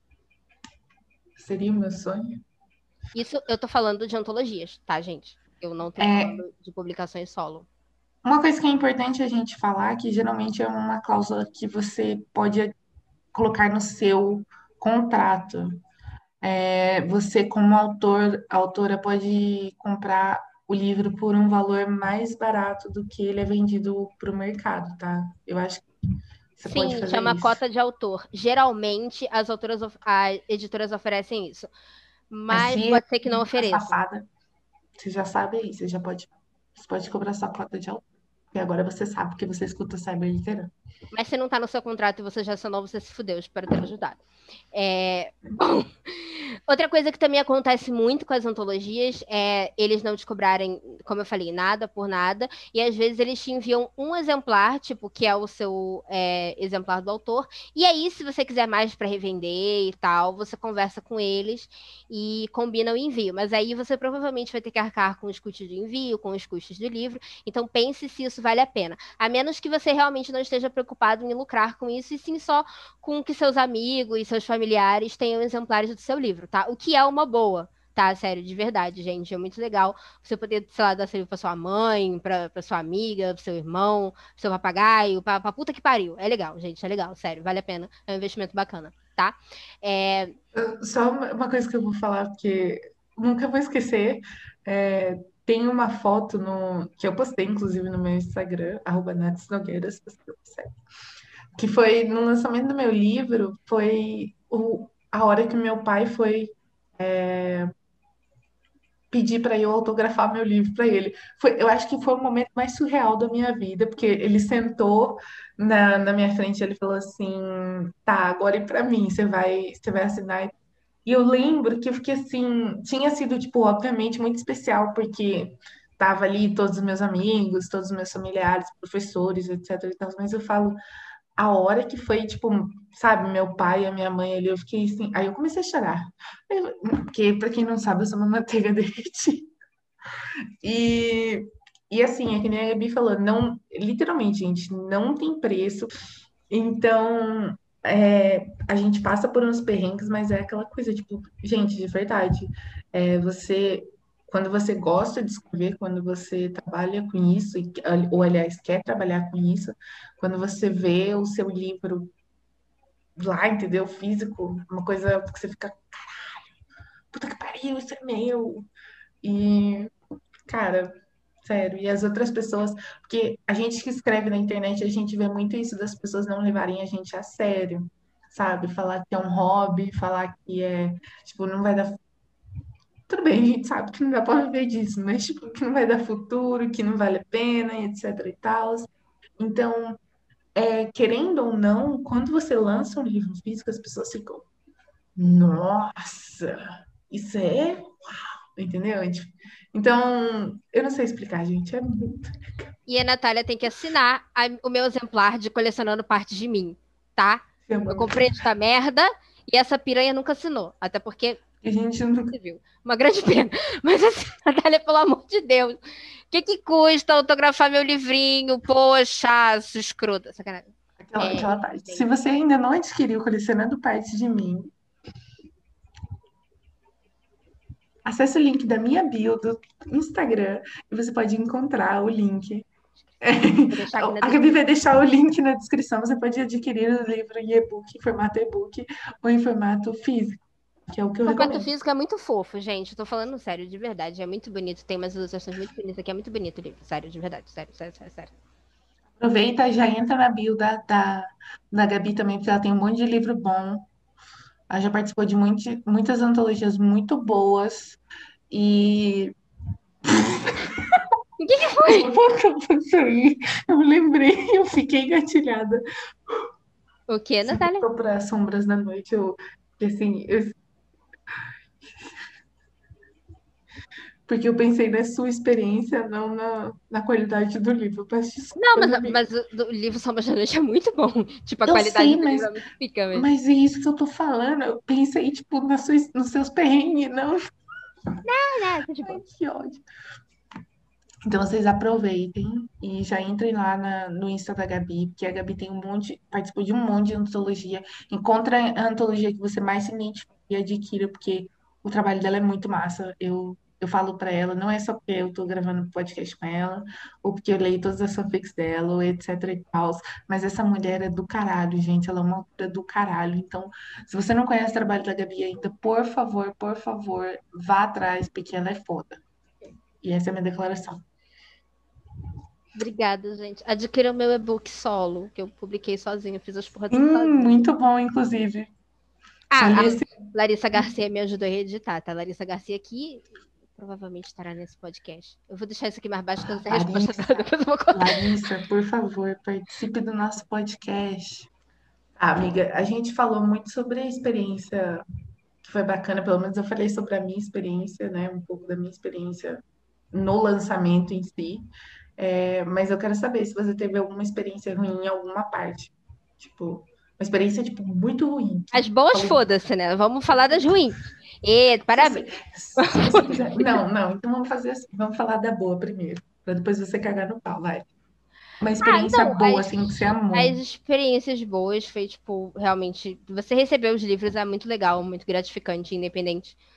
Speaker 2: Seria o meu sonho?
Speaker 1: Isso eu tô falando de antologias, tá, gente? Eu não tô
Speaker 2: É,
Speaker 1: falando de publicações solo.
Speaker 2: uma coisa que é importante a gente falar, que geralmente é uma cláusula que você pode colocar no seu contrato. É, você, como autor, autora, pode comprar o livro por um valor mais barato do que ele é vendido para o mercado, tá? Eu acho que você pode
Speaker 1: Sim,
Speaker 2: fazer
Speaker 1: chama
Speaker 2: isso.
Speaker 1: cota de autor. Geralmente, as autoras, of- as editoras oferecem isso.
Speaker 2: Mas
Speaker 1: Mas
Speaker 2: se
Speaker 1: pode ser que não
Speaker 2: a
Speaker 1: ofereça.
Speaker 2: safada, você já sabe aí, você já pode, você pode cobrar sua cota de autor. E agora você sabe que você escuta Cyber Literário.
Speaker 1: Mas se não tá no seu contrato e você já assinou, você se fudeu. Espero ter ajudado. É... Bom, outra coisa que também acontece muito com as antologias é eles não te cobrarem, como eu falei, nada por nada. E às vezes eles te enviam um exemplar, tipo, que é o seu é, exemplar do autor. E aí, se você quiser mais para revender e tal, você conversa com eles e combina o envio. Mas aí você provavelmente vai ter que arcar com os custos do envio, com os custos do livro. Então pense se isso vale a pena. A menos que você realmente não esteja preocupado em lucrar com isso, e sim só com que seus amigos e seus familiares tenham exemplares do seu livro, tá? O que é uma boa, tá? Sério, de verdade, gente. É muito legal você poder, sei lá, dar esse livro pra sua mãe, pra, pra sua amiga, pro seu irmão, pro seu papagaio, pra, pra puta que pariu. É legal, gente, é legal, sério, vale a pena. É um investimento bacana, tá? É,
Speaker 2: Eu- Só uma uma coisa que eu vou falar, porque nunca vou esquecer. é, tem uma foto no, que eu postei, inclusive, no meu Instagram, arroba Naths Nogueira, se você quiser, que foi no lançamento do meu livro, foi o, a hora que meu pai foi pedir para eu autografar meu livro para ele. Foi, eu acho que foi o momento mais surreal da minha vida, porque ele sentou na, na minha frente, e ele falou assim: "Tá, agora e para mim, você vai, você vai assinar". E eu lembro que eu fiquei assim, tinha sido tipo, obviamente muito especial, porque tava ali todos os meus amigos, todos os meus familiares, professores, etc e tal, mas eu falo, a hora que foi, tipo, sabe, meu pai e a minha mãe ali, eu fiquei assim, aí eu comecei a chorar. Eu- Porque, pra quem não sabe, eu sou uma manteiga derretida. E, e assim, é que nem a Gabi falou, não, literalmente, gente, não tem preço. Então, é, a gente passa por uns perrengues, mas é aquela coisa, tipo, gente, de verdade, é, você, quando você gosta de escrever, quando você trabalha com isso, e- ou aliás, quer trabalhar com isso, quando você vê o seu livro lá, entendeu? Físico, uma coisa que você fica, puta que pariu, isso é meu. E, cara, sério, e as outras pessoas, porque a gente que escreve na internet, a gente vê muito isso das pessoas não levarem a gente a sério, sabe? Falar que é um hobby, falar que é, tipo, não vai dar. Tudo bem, a gente sabe que não dá pra viver disso, mas, tipo, que não vai dar futuro, que não vale a pena, e etc e tal. Então, é, querendo ou não, quando você lança um livro físico, as pessoas ficam, nossa, isso é, entendeu? Tipo, então, eu não sei explicar, gente, é muito.
Speaker 1: e a Natália tem que assinar a- o meu exemplar de Colecionando Partes de Mim, tá? Eu comprei esta merda e essa piranha nunca assinou. Até porque,
Speaker 2: A gente não.
Speaker 1: você viu, uma grande pena. Mas assim, Natália, pelo amor de Deus, o que que custa autografar meu livrinho? Poxa, sua escrota. Sacanagem.
Speaker 2: Aquela,
Speaker 1: É,
Speaker 2: aquela parte. Se você ainda não adquiriu Colecionando Partes de Mim, acesse o link da minha bio do Instagram e você pode encontrar o link.
Speaker 1: vou deixar aqui na
Speaker 2: A Gabi
Speaker 1: descrição.
Speaker 2: vai deixar o link na descrição. Você pode adquirir o livro em e-book, em formato e-book ou em formato físico, que é o que
Speaker 1: O
Speaker 2: eu
Speaker 1: formato
Speaker 2: recomendo.
Speaker 1: físico é muito fofo, gente. Eu tô falando sério, de verdade. É muito bonito. Tem umas ilustrações muito bonitas aqui. É muito bonito o livro. Sério, de verdade. Sério, sério, sério, sério.
Speaker 2: Aproveita e já entra na bio da, da, da Gabi também, porque ela tem um monte de livro bom. Ela já participou de muitas muitas antologias muito boas. E
Speaker 1: O que que foi?
Speaker 2: eu vou sair. Eu lembrei, eu fiquei engatilhada.
Speaker 1: O que,
Speaker 2: Você
Speaker 1: Natália?
Speaker 2: voltou para Sombras da Noite, eu, porque, assim, eu- porque eu pensei na sua experiência, não na, na qualidade do livro. Eu peço
Speaker 1: Não,
Speaker 2: desculpas,
Speaker 1: mas,
Speaker 2: amiga.
Speaker 1: mas o, do- o livro Sombras da Noite é muito bom. Tipo, a
Speaker 2: Eu
Speaker 1: qualidade
Speaker 2: sei,
Speaker 1: do livro
Speaker 2: mas,
Speaker 1: é muito pica mesmo.
Speaker 2: mas é isso que eu tô falando. Eu pensei, tipo, na sua, nos seus perrengues, não.
Speaker 1: É, é, tipo,
Speaker 2: Ai, que ódio. Então vocês aproveitem e já entrem lá na- no Insta da Gabi, porque a Gabi tem um monte, participou de um monte de antologia. Encontra a antologia que você mais se identifica e adquira, porque o trabalho dela é muito massa. Eu, eu falo pra ela, não é só porque eu tô gravando podcast com ela, ou porque eu leio todas as fanfics dela, ou etc e tal, mas essa mulher é do caralho, gente. Ela é uma autora do caralho. Então, se você não conhece o trabalho da Gabi ainda, por favor, por favor, vá atrás, porque ela é foda. E essa é a minha declaração.
Speaker 1: obrigada, gente. Adquira o meu e-book solo, que eu publiquei sozinha, fiz as porra tudo
Speaker 2: Hum,
Speaker 1: sozinha.
Speaker 2: muito bom, inclusive. Só
Speaker 1: Ah,
Speaker 2: li
Speaker 1: a
Speaker 2: esse.
Speaker 1: Larissa Garcia me ajudou a reeditar, tá? Larissa Garcia aqui provavelmente estará nesse podcast. Eu vou deixar isso aqui mais baixo, que eu não sei a resposta dela,
Speaker 2: Larissa,
Speaker 1: depois eu vou contar.
Speaker 2: Larissa, por favor, participe do nosso podcast. Ah, amiga, a gente falou muito sobre a experiência que foi bacana, pelo menos eu falei sobre a minha experiência, né? Um pouco da minha experiência no lançamento em si. É, mas eu quero saber se você teve alguma experiência ruim em alguma parte. Tipo, uma experiência, tipo, muito ruim. Que
Speaker 1: As boas,
Speaker 2: falou,
Speaker 1: foda-se, né? Vamos falar das ruins. E,
Speaker 2: se você,
Speaker 1: parabéns.
Speaker 2: se você quiser. Não, não, então vamos fazer assim. Vamos falar da boa primeiro, para depois você cagar no pau, vai. Uma
Speaker 1: Ah,
Speaker 2: experiência
Speaker 1: não,
Speaker 2: boa,
Speaker 1: as,
Speaker 2: assim, que você
Speaker 1: as
Speaker 2: amou.
Speaker 1: experiências boas foi, tipo, realmente, você receber os livros é muito legal, muito gratificante, independente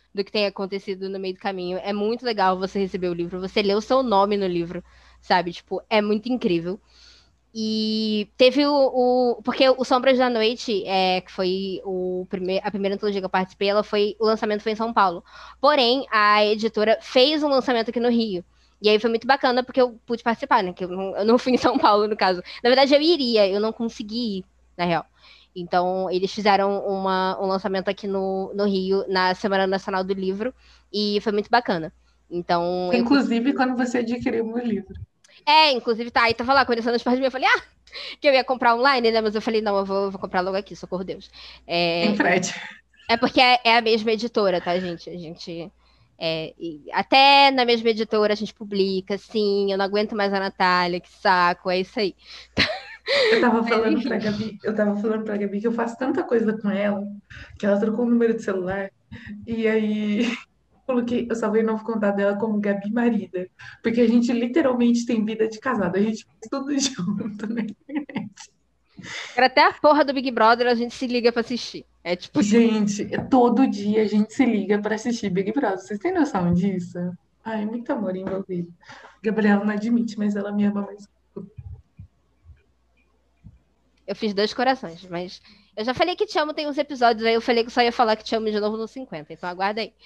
Speaker 1: do que tem acontecido no meio do caminho. É muito legal você receber o livro, você lê o seu nome no livro, sabe? Tipo, é muito incrível. E teve o, o- porque o Sombras da Noite, é, que foi o primeir, a primeira antologia que eu participei, ela foi, o lançamento foi em São Paulo. Porém, a editora fez um lançamento aqui no Rio. E aí foi muito bacana porque eu pude participar, né? Que eu não, eu não fui em São Paulo, no caso. Na verdade, eu iria, eu não consegui ir, na real. Então, eles fizeram uma, um lançamento aqui no, no Rio, na Semana Nacional do Livro, e foi muito bacana. Então, eu
Speaker 2: Inclusive, quando você adquiriu o meu livro.
Speaker 1: é, inclusive, tá, aí tava lá conversando as partes de mim, eu falei, ah, que eu ia comprar online, né, mas eu falei, não, eu vou, eu vou comprar logo aqui, socorro Deus.
Speaker 2: Em
Speaker 1: É,
Speaker 2: frete.
Speaker 1: é porque é, é a mesma editora, tá, gente? A gente, é, e até na mesma editora a gente publica, sim, eu não aguento mais a Natália, que saco, é isso aí.
Speaker 2: Eu tava
Speaker 1: Mas,
Speaker 2: falando
Speaker 1: enfim,
Speaker 2: pra Gabi, eu tava falando pra Gabi que eu faço tanta coisa com ela, que ela trocou o número de celular, e aí coloquei, eu salvei o novo contato dela como Gabi Marida, porque a gente literalmente tem vida de casado, a gente faz tudo junto, né?
Speaker 1: até a porra do Big Brother a gente se liga pra assistir. É tipo isso.
Speaker 2: Gente, todo dia a gente se liga pra assistir Big Brother. Vocês têm noção disso? Ai, muito amor envolvido. Gabriela não admite, mas ela me ama mais.
Speaker 1: Eu fiz dois corações, mas eu já falei que te amo tem uns episódios, aí eu falei que só ia falar que te amo de novo no cinquenta, então aguarda aí.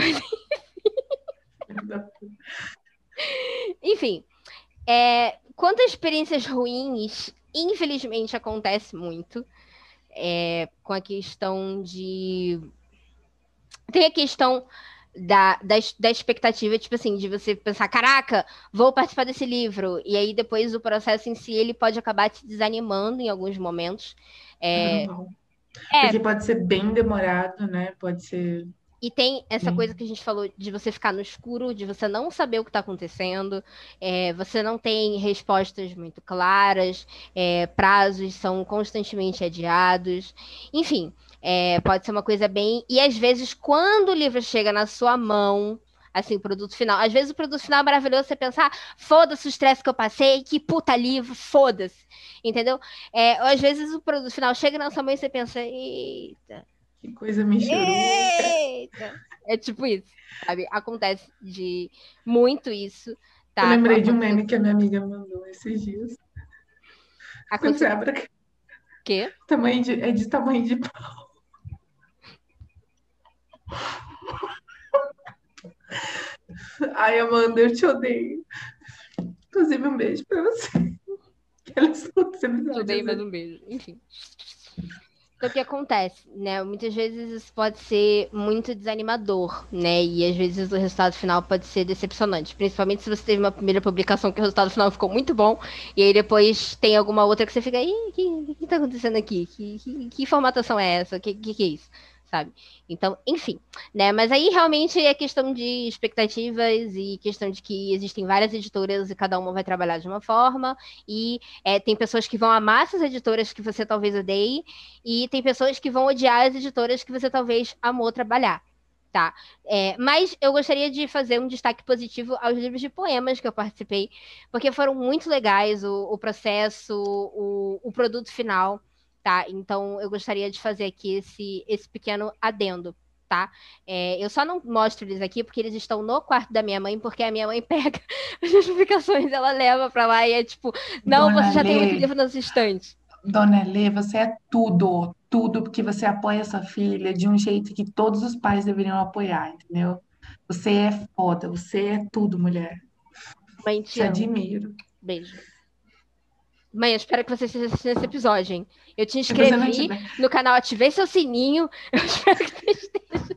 Speaker 1: Enfim, é, quanto a experiências ruins, infelizmente acontece muito, é, com a questão de. Tem a questão da, da, da expectativa, tipo assim, de você pensar, caraca, vou participar desse livro, e aí depois o processo em si, ele pode acabar te desanimando em alguns momentos. É,
Speaker 2: Normal.
Speaker 1: é
Speaker 2: Porque pode ser bem demorado, né? Pode ser
Speaker 1: E tem essa coisa
Speaker 2: bem.
Speaker 1: que a gente falou de você ficar no escuro, de você não saber o que está acontecendo, é, você não tem respostas muito claras, é, prazos são constantemente adiados, enfim, é, pode ser uma coisa bem. E às vezes, quando o livro chega na sua mão, assim, o produto final, às vezes o produto final é maravilhoso, você pensar, ah, foda-se o estresse que eu passei, que puta livro, foda-se, entendeu? É, ou às vezes o produto final chega na sua mão e você pensa, eita.
Speaker 2: Que coisa michuruca.
Speaker 1: Eita! É tipo isso, sabe? Acontece de muito isso,
Speaker 2: Eu
Speaker 1: tá?
Speaker 2: lembrei de um
Speaker 1: Aconteceu.
Speaker 2: meme que a minha amiga mandou esses dias. Quando você
Speaker 1: Aconteceu o
Speaker 2: abre, a-
Speaker 1: quê?
Speaker 2: tamanho de, é de tamanho de pau. Ai, Amanda, eu te odeio. Inclusive, um beijo pra você. Que ela escuta esse
Speaker 1: Te
Speaker 2: episódio
Speaker 1: odeio,
Speaker 2: às
Speaker 1: mas
Speaker 2: vezes.
Speaker 1: um beijo. Enfim. Então, o que acontece, né? Muitas vezes isso pode ser muito desanimador, né? E às vezes o resultado final pode ser decepcionante. Principalmente se você teve uma primeira publicação que o resultado final ficou muito bom, e aí depois tem alguma outra que você fica, ih, o que, que tá acontecendo aqui? Que, que, que formatação é essa? O que, que, que é isso? Sabe? Então, enfim, né? Mas aí realmente é questão de expectativas e questão de que existem várias editoras e cada uma vai trabalhar de uma forma, e é, tem pessoas que vão amar essas editoras que você talvez odeie, e tem pessoas que vão odiar as editoras que você talvez amou trabalhar. Tá. É, mas eu gostaria de fazer um destaque positivo aos livros de poemas que eu participei, porque foram muito legais o, o processo, o, o produto final, tá? Então eu gostaria de fazer aqui esse, esse pequeno adendo, tá? É, eu só não mostro eles aqui porque eles estão no quarto da minha mãe, porque a minha mãe pega as publicações, ela leva pra lá e é tipo, não,
Speaker 2: Dona
Speaker 1: você já tem muito
Speaker 2: Lê,
Speaker 1: livro nas estantes.
Speaker 2: Dona Lê, você é tudo, tudo, porque você apoia sua filha de um jeito que todos os pais deveriam apoiar, entendeu? Você é foda, você é tudo, mulher.
Speaker 1: Mãe, te
Speaker 2: Te
Speaker 1: amo.
Speaker 2: admiro.
Speaker 1: Beijo. Mãe, eu espero que você esteja assistindo esse episódio, hein? Eu te
Speaker 2: Se você não
Speaker 1: inscrevi
Speaker 2: tiver.
Speaker 1: no canal, ativei seu sininho. Eu espero que você esteja.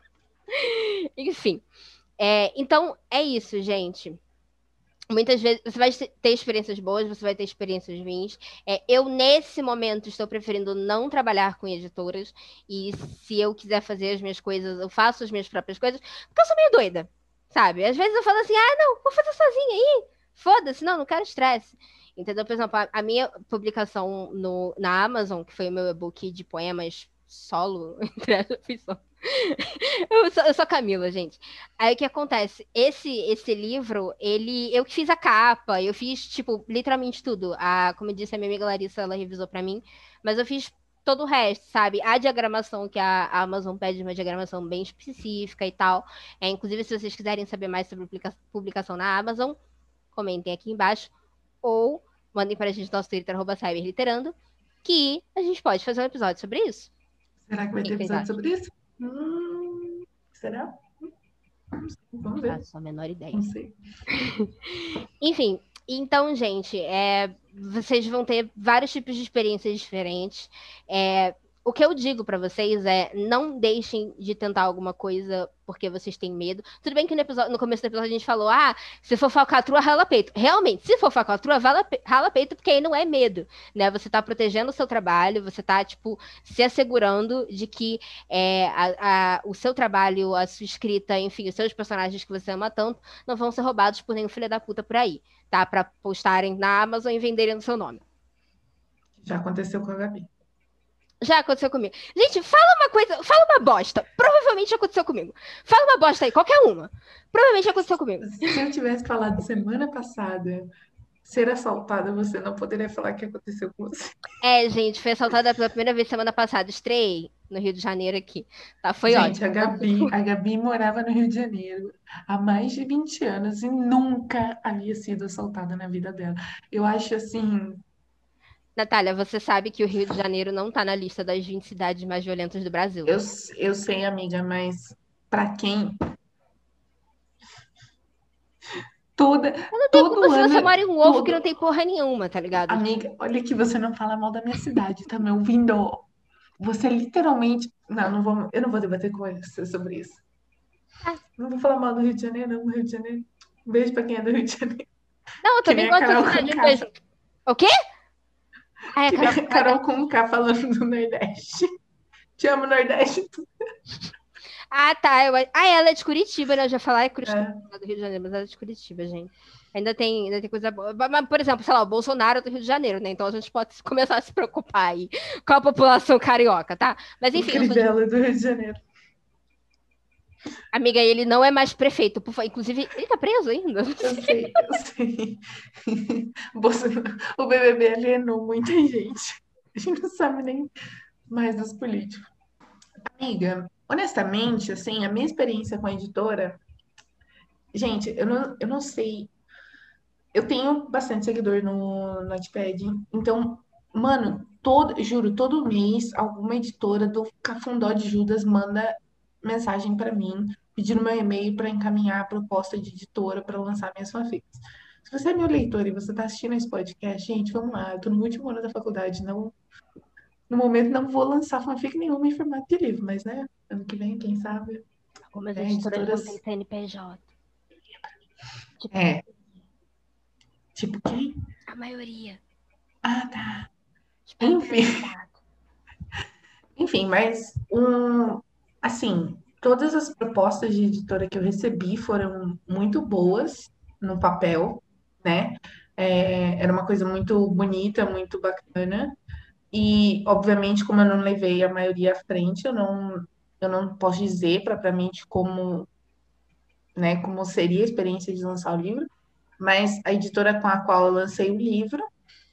Speaker 1: Enfim. É, então, é isso, gente. Muitas vezes você vai ter experiências boas, você vai ter experiências ruins. É, eu, nesse momento, estou preferindo não trabalhar com editoras. E se eu quiser fazer as minhas coisas, eu faço as minhas próprias coisas, porque eu sou meio doida, sabe? Às vezes eu falo assim, ah, não, vou fazer sozinha aí. Foda-se, não, não quero estresse. Entendeu? Por exemplo, a, a minha publicação no, na Amazon, que foi o meu e-book de poemas solo, entre aspas, eu fiz solo. Eu sou, eu sou Camila, gente. Aí o que acontece? Esse esse livro, ele eu que fiz a capa, eu fiz tipo literalmente tudo. A, como eu disse a minha amiga Larissa, ela revisou pra mim, mas eu fiz todo o resto, sabe? A diagramação que a a Amazon pede, uma diagramação bem específica e tal. É, inclusive, se vocês quiserem saber mais sobre publica- publicação na Amazon, comentem aqui embaixo. Ou mandem para a gente no nosso Twitter, arroba cyberliterando, que a gente pode fazer um episódio sobre isso.
Speaker 2: Será que vai
Speaker 1: O que
Speaker 2: ter
Speaker 1: que vocês
Speaker 2: episódio
Speaker 1: acham?
Speaker 2: sobre isso? Hum, será? Vamos
Speaker 1: Não
Speaker 2: ver.
Speaker 1: faço a menor ideia.
Speaker 2: Não sei.
Speaker 1: Enfim, então, gente, é, vocês vão ter vários tipos de experiências diferentes. É, o que eu digo pra vocês é não deixem de tentar alguma coisa porque vocês têm medo. Tudo bem que no, episódio- no começo do episódio a gente falou, ah, se for falcatrua, rala peito. Realmente, se for falcatrua, vala pe- rala peito, porque aí não é medo, né? Você tá protegendo o seu trabalho, você tá, tipo, se assegurando de que é, a- a- o seu trabalho, a sua escrita, enfim, os seus personagens que você ama tanto, não vão ser roubados por nenhum filho da puta por aí, tá? Pra postarem na Amazon e venderem no seu nome.
Speaker 2: Já aconteceu com a Gabi.
Speaker 1: Já aconteceu comigo. Gente, fala uma coisa, fala uma bosta. Provavelmente aconteceu comigo. Fala uma bosta aí, qualquer uma. Provavelmente aconteceu comigo.
Speaker 2: Se eu tivesse falado semana passada ser assaltada, você não poderia falar que aconteceu com você.
Speaker 1: É, gente, foi assaltada pela primeira vez semana passada. Estreiei no Rio de Janeiro aqui. Tá, foi
Speaker 2: Gente,
Speaker 1: ótimo.
Speaker 2: a Gabi, a Gabi morava no Rio de Janeiro há mais de vinte anos e nunca havia sido assaltada na vida dela. Eu acho assim,
Speaker 1: Natália, você sabe que o Rio de Janeiro não tá na lista das vinte cidades mais violentas do Brasil,
Speaker 2: eu,
Speaker 1: né?
Speaker 2: eu sei, amiga, mas para quem toda
Speaker 1: Não tem culpa
Speaker 2: todo
Speaker 1: se você
Speaker 2: ano,
Speaker 1: mora em um ovo que não
Speaker 2: todo,
Speaker 1: tem porra nenhuma, tá ligado?
Speaker 2: amiga, olha que você não fala mal da minha cidade, tá me ouvindo? Você literalmente, não, não vou, eu não vou debater com você sobre isso.
Speaker 1: Ah,
Speaker 2: Não vou falar mal do Rio de Janeiro, não, Rio de Janeiro. Um beijo pra quem é do Rio de Janeiro.
Speaker 1: não, eu
Speaker 2: Que
Speaker 1: também
Speaker 2: nem a
Speaker 1: gosto da
Speaker 2: Carol
Speaker 1: cidade. Um
Speaker 2: Conká.
Speaker 1: beijo. O quê? Ai, a
Speaker 2: Que nem
Speaker 1: Carol...
Speaker 2: a Carol Conká falando do Nordeste. Te amo, Nordeste.
Speaker 1: Ah, tá. Eu... Ah, ela é de Curitiba, né? Eu já falar é Curitiba,
Speaker 2: É,
Speaker 1: do Rio de Janeiro, mas ela é de Curitiba, gente. Ainda tem, ainda tem coisa boa. Mas, por exemplo, sei lá, o Bolsonaro é do Rio de Janeiro, né? Então a gente pode começar a se preocupar aí com a população carioca, tá? Mas
Speaker 2: o
Speaker 1: enfim, eu sou de...
Speaker 2: Crivella do Rio de Janeiro.
Speaker 1: Amiga, ele não é mais prefeito. Por... fa- Inclusive, ele tá preso ainda.
Speaker 2: Eu sei, eu sei. Bolsonaro- O B B B alienou muita gente. A gente não sabe nem mais dos políticos. Amiga, honestamente, assim, a minha experiência com a editora, gente, eu não, eu não sei. Eu tenho bastante seguidor no Notepad, então, mano, todo, juro, todo mês alguma editora do Cafundó de Judas manda mensagem pra mim, pedindo meu e-mail pra encaminhar a proposta de editora pra lançar minhas fanfics. Se você é meu leitor e você tá assistindo esse podcast, gente, vamos lá, eu tô no último ano da faculdade, não, no momento não vou lançar fanfic nenhuma em formato de livro, mas né, ano que vem, quem sabe,
Speaker 1: Algumas
Speaker 2: né,
Speaker 1: editoras não têm
Speaker 2: editoras.
Speaker 1: C N P J. Tipo,
Speaker 2: É, tipo quem?
Speaker 1: a maioria.
Speaker 2: Ah, tá.
Speaker 1: Espero que não
Speaker 2: Enfim.
Speaker 1: tenha dado.
Speaker 2: Enfim, mas um, assim, todas as propostas de editora que eu recebi foram muito boas no papel, né? É, era uma coisa muito bonita, muito bacana. E, obviamente, como eu não levei a maioria à frente, eu não, eu não posso dizer propriamente como, né, como seria a experiência de lançar o livro, mas a editora com a qual eu lancei o livro,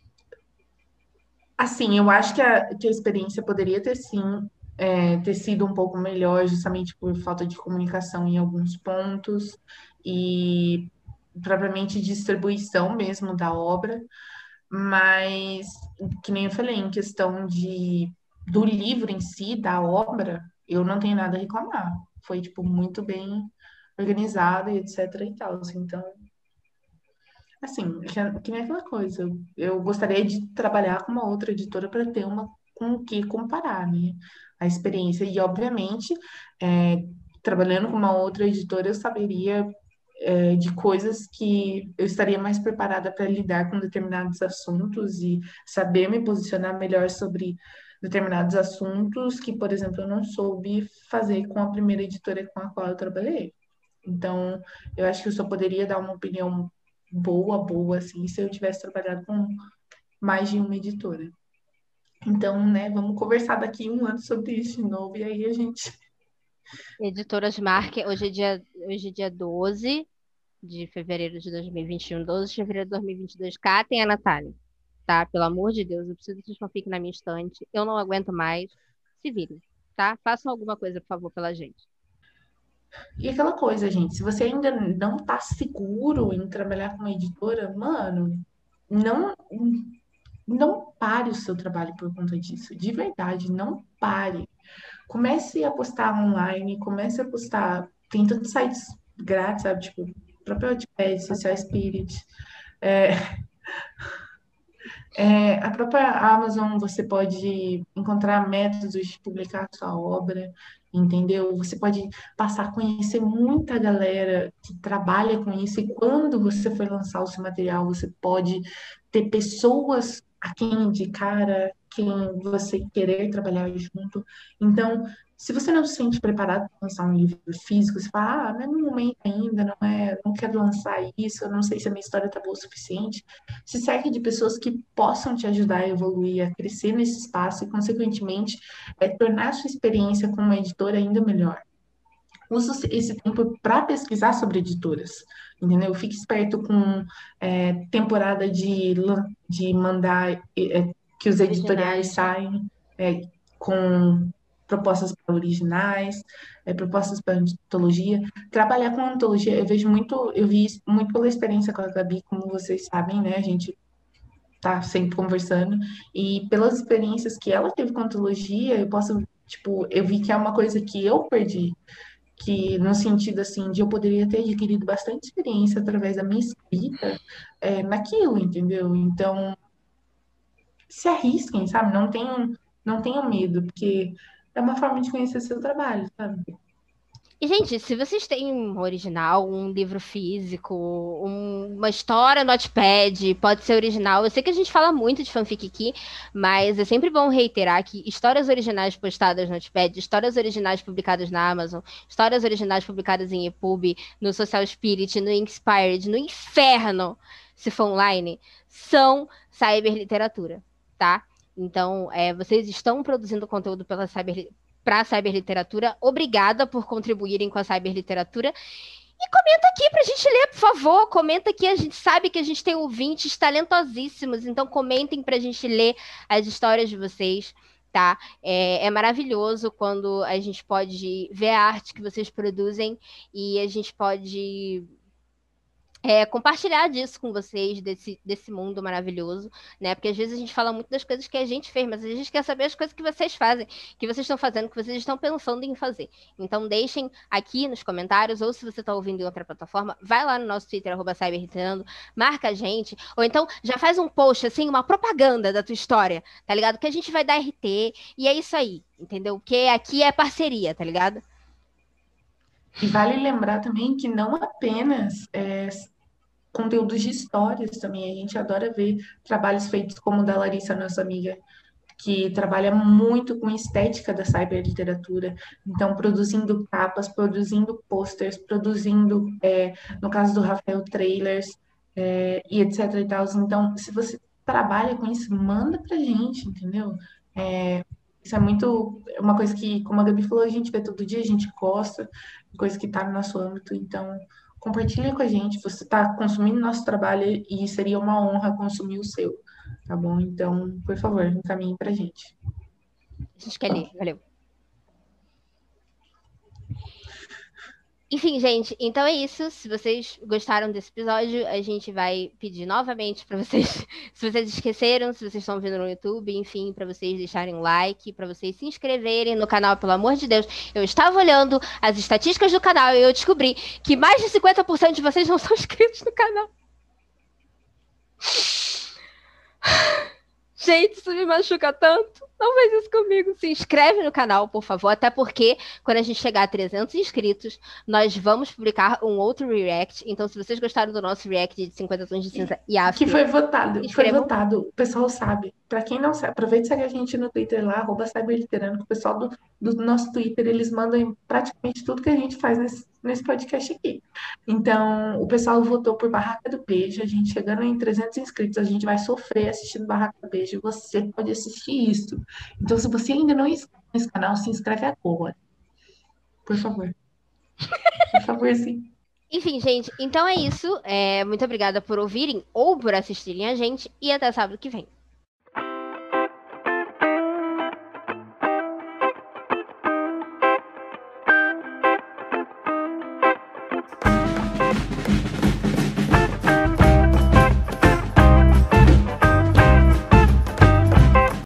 Speaker 2: assim, eu acho que a, que a experiência poderia ter sim, é, ter sido um pouco melhor, justamente por falta de comunicação em alguns pontos e propriamente distribuição mesmo da obra, mas que nem eu falei, em questão de do livro em si, da obra, eu não tenho nada a reclamar. Foi tipo muito bem organizado e etc e tal. Então, assim, que que nem aquela coisa. Eu, eu gostaria de trabalhar com uma outra editora para ter uma com o que comparar, né? A experiência. E, obviamente, é, trabalhando com uma outra editora, eu saberia, é, de coisas que eu estaria mais preparada para lidar com determinados assuntos e saber me posicionar melhor sobre determinados assuntos que, por exemplo, eu não soube fazer com a primeira editora com a qual eu trabalhei. Então, eu acho que eu só poderia dar uma opinião boa, boa, assim, se eu tivesse trabalhado com mais de uma editora. Então, né, vamos conversar daqui um ano sobre isso de novo, e aí a gente.
Speaker 1: Editoras marquem. Hoje é dia, hoje é dia doze de fevereiro de dois mil e vinte e um, doze de fevereiro de dois mil e vinte e dois. Cá tem a Natália. tá? Pelo amor de Deus, eu preciso dessas fanfic na minha estante. Eu não aguento mais. Se virem, tá? Façam alguma coisa, por favor, pela gente.
Speaker 2: E aquela coisa, gente, se você ainda não tá seguro em trabalhar com uma editora, mano, não, não pare o seu trabalho por conta disso. De verdade, não pare. Comece a postar online, comece a postar. Tem tantos sites grátis, sabe? Tipo, o próprio Wattpad, Social Spirit. É, é, a própria Amazon, você pode encontrar métodos de publicar sua obra, entendeu? Você pode passar a conhecer muita galera que trabalha com isso, e quando você for lançar o seu material, você pode ter pessoas a quem indicar, a quem você querer trabalhar junto. Então, se você não se sente preparado para lançar um livro físico, você fala, ah, não é no momento ainda, não é, não quero lançar isso, eu não sei se a minha história está boa o suficiente. Se cerque de pessoas que possam te ajudar a evoluir, a crescer nesse espaço e, consequentemente, é, tornar a sua experiência como editora ainda melhor. Use esse tempo para pesquisar sobre editoras, entendeu? Fique esperto com é, temporada de, de mandar é, que os editoriais saem é, com propostas para originais, é, propostas para antologia. Trabalhar com antologia, eu vejo muito, eu vi isso muito pela experiência com a Gabi, como vocês sabem, né? A gente tá sempre conversando, e pelas experiências que ela teve com antologia, eu posso, tipo, eu vi que é uma coisa que eu perdi, que no sentido, assim, de eu poderia ter adquirido bastante experiência através da minha escrita é, naquilo, entendeu? Então, se arrisquem, sabe? Não tenham, não tenham medo, porque é uma forma de conhecer seu trabalho, sabe?
Speaker 1: E, gente, se vocês têm um original, um livro físico, um- uma história no Wattpad, pode ser original. Eu sei que a gente fala muito de fanfic aqui, mas é sempre bom reiterar que histórias originais postadas no Wattpad, histórias originais publicadas na Amazon, histórias originais publicadas em EPUB, no Social Spirit, no Inspired, no Inferno, se for online, são cyberliteratura, tá? Então, é, vocês estão produzindo conteúdo pela cyber para a cyberliteratura. Obrigada por contribuírem com a cyberliteratura. E comenta aqui para a gente ler, por favor. Comenta aqui, a gente sabe que a gente tem ouvintes talentosíssimos, então comentem para a gente ler as histórias de vocês, tá? É, é maravilhoso quando a gente pode ver a arte que vocês produzem e a gente pode É, compartilhar disso com vocês, desse, desse mundo maravilhoso, né? Porque às vezes a gente fala muito das coisas que a gente fez, mas a gente quer saber as coisas que vocês fazem, que vocês estão fazendo, que vocês estão pensando em fazer. Então deixem aqui nos comentários, ou se você está ouvindo em outra plataforma, vai lá no nosso Twitter, arroba cyberritando, marca a gente, ou então já faz um post, assim, uma propaganda da tua história, tá ligado? Que a gente vai dar R T, e é isso aí, entendeu? Porque aqui é parceria, tá ligado?
Speaker 2: E vale lembrar também que não apenas é, conteúdos de histórias também, a gente adora ver trabalhos feitos como o da Larissa, nossa amiga, que trabalha muito com estética da cyberliteratura, então produzindo capas, produzindo posters, produzindo, é, no caso do Rafael, trailers, é, e etc e tal. Então, se você trabalha com isso, manda pra gente, entendeu? É, isso é muito, é uma coisa que, como a Gabi falou, a gente vê todo dia, a gente gosta, coisa que tá no nosso âmbito, então compartilha com a gente, você está consumindo nosso trabalho e seria uma honra consumir o seu, tá bom? Então, por favor, encaminhe pra gente.
Speaker 1: A gente quer ler, valeu. Enfim, gente, então é isso. Se vocês gostaram desse episódio, a gente vai pedir novamente para vocês, se vocês esqueceram, se vocês estão vendo no YouTube, enfim, para vocês deixarem um like, para vocês se inscreverem no canal, pelo amor de Deus. Eu estava olhando as estatísticas do canal e eu descobri que mais de cinquenta por cento de vocês não são inscritos no canal. Gente, isso me machuca tanto. Não faz isso comigo. Se inscreve no canal, por favor. Até porque, quando a gente chegar a trezentos inscritos, nós vamos publicar um outro react. Então, se vocês gostaram do nosso react de cinquenta tons de cinza e after...
Speaker 2: Que foi votado.
Speaker 1: Escrevam.
Speaker 2: Foi votado. O pessoal sabe. Pra quem não sabe, aproveita e segue a gente no Twitter lá, arroba cyberliterano, que o pessoal do, do nosso Twitter, eles mandam praticamente tudo que a gente faz nesse, nesse podcast aqui. Então, o pessoal votou por Barraca do Beijo. A gente chegando em trezentos inscritos, a gente vai sofrer assistindo Barraca do Beijo. Você pode assistir isso. Então, se você ainda não é inscrito nesse canal, se inscreve agora. Por favor. Por favor, sim.
Speaker 1: Enfim, gente, então é isso. É, muito obrigada por ouvirem ou por assistirem a gente. E até sábado que vem.